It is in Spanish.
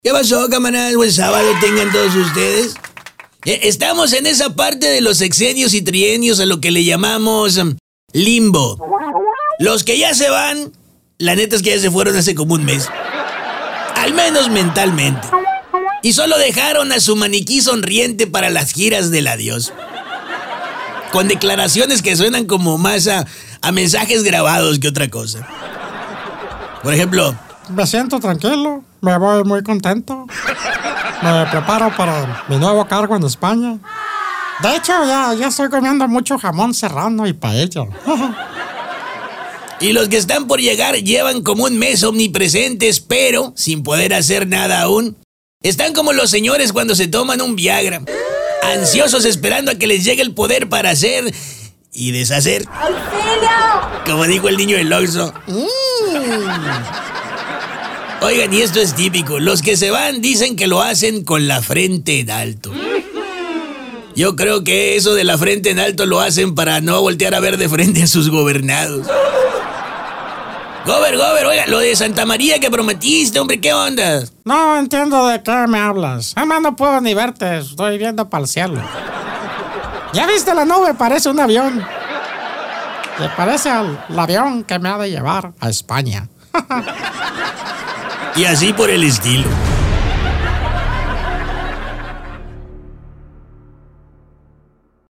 ¿Qué pasó, camaradas? Buen sábado tengan todos ustedes. Estamos en esa parte de los sexenios y trienios a lo que le llamamos limbo. Los que ya se van, la neta es que ya se fueron hace como un mes. Al menos mentalmente. Y solo dejaron a su maniquí sonriente para las giras del adiós. Con declaraciones que suenan como más a mensajes grabados que otra cosa. Por ejemplo... Me siento tranquilo, me voy muy contento. Me preparo para mi nuevo cargo en España. De hecho, ya estoy comiendo mucho jamón serrano y paella. Y los que están por llegar llevan como un mes omnipresentes, pero sin poder hacer nada aún. Están como los señores cuando se toman un Viagra, ansiosos esperando a que les llegue el poder para hacer y deshacer. ¡Auxilio! Como dijo el niño del Oxxo. Oigan, y esto es típico. Los que se van dicen que lo hacen con la frente en alto. Yo creo que eso de la frente en alto lo hacen para no voltear a ver de frente a sus gobernados. Gober, oiga, lo de Santa María que prometiste, hombre, ¿qué onda? No entiendo de qué me hablas. Además no puedo ni verte, estoy viendo para el cielo. ¿Ya viste la nube? Parece un avión. Le parece al avión que me ha de llevar a España. Y así por el estilo.